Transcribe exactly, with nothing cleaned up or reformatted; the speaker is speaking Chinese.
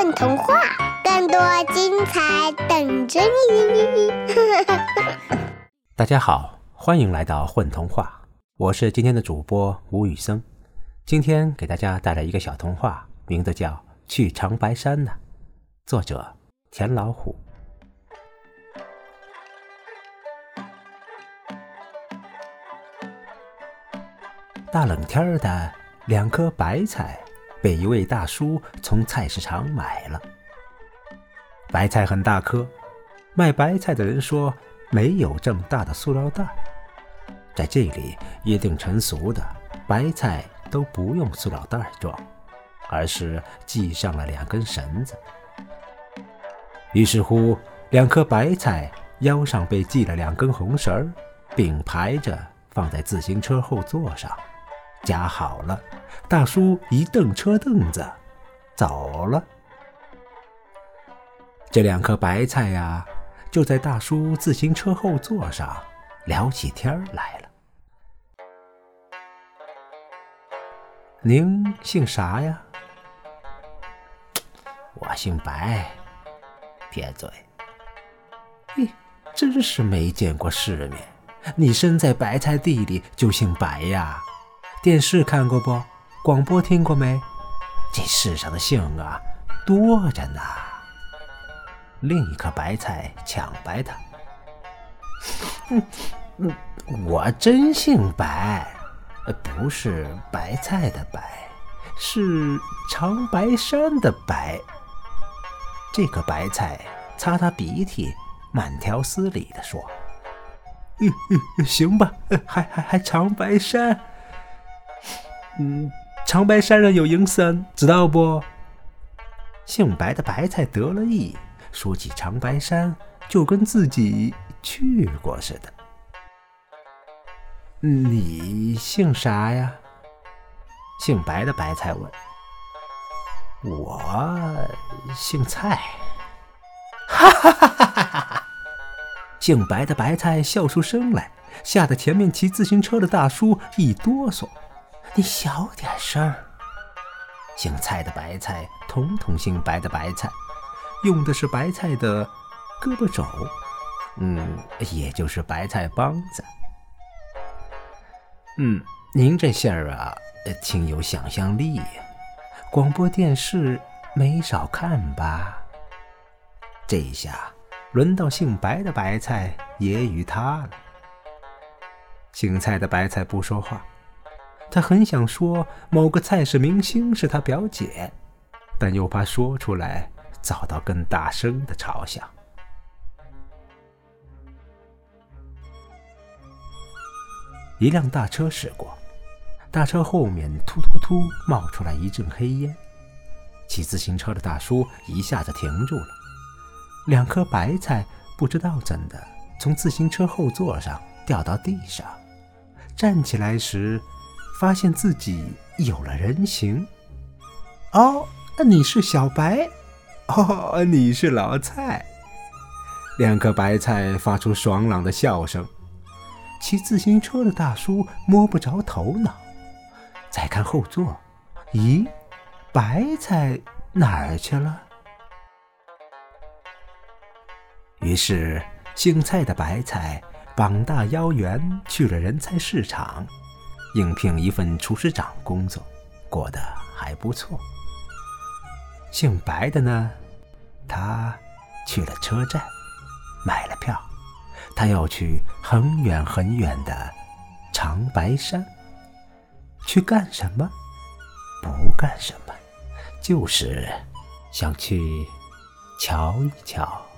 混童话，更多精彩等着你！ 大家好，欢迎来到混童话，我是今天的主播吴宇森。今天给大家带来一个小童话，名字叫《去长白山》呢，作者田老虎。大冷天的，两颗白菜被一位大叔从菜市场买了。白菜很大颗，卖白菜的人说没有这么大的塑料袋。在这里约定成俗的，白菜都不用塑料袋装，而是系上了两根绳子。于是乎，两颗白菜腰上被系了两根红绳，并排着放在自行车后座上。夹好了，大叔一蹬车凳子走了。这两颗白菜呀，就在大叔自行车后座上聊起天来了。您姓啥呀？我姓白。撇嘴。嘿，真是没见过世面，你身在白菜地里就姓白呀？电视看过不？广播听过没？这世上的姓啊，多着呢。另一颗白菜抢白他。嗯，我真姓白，不是白菜的白，是长白山的白。这颗白菜擦擦鼻涕，慢条斯理地说：嗯嗯，行吧，还还还长白山。嗯，长白山上有营山，知道不？姓白的白菜得了意，说起长白山就跟自己去过似的。你姓啥呀？姓白的白菜问。我姓蔡。哈哈哈哈哈哈！姓白的白菜笑出声来，吓得前面骑自行车的大叔一哆嗦。你小点声。姓蔡的白菜统统姓白的白菜，用的是白菜的胳膊肘，嗯，也就是白菜帮子。嗯，您这姓儿啊，挺有想象力呀，广播电视没少看吧？这一下轮到姓白的白菜揶揄他了。姓蔡的白菜不说话。他很想说某个菜市明星是他表姐，但又怕说出来遭到更大声的嘲笑。一辆大车驶过，大车后面突突突冒出来一阵黑烟，骑自行车的大叔一下子停住了。两颗白菜不知道怎的从自行车后座上掉到地上，站起来时发现自己有了人形。哦，你是小白。哦，你是老蔡。两颗白菜发出爽朗的笑声。骑自行车的大叔摸不着头脑，再看后座，咦，白菜哪儿去了？于是姓蔡的白菜膀大腰圆去了人才市场，应聘一份厨师长工作，过得还不错。姓白的呢，他去了车站，买了票，他要去很远很远的长白山。去干什么？不干什么，就是想去瞧一瞧。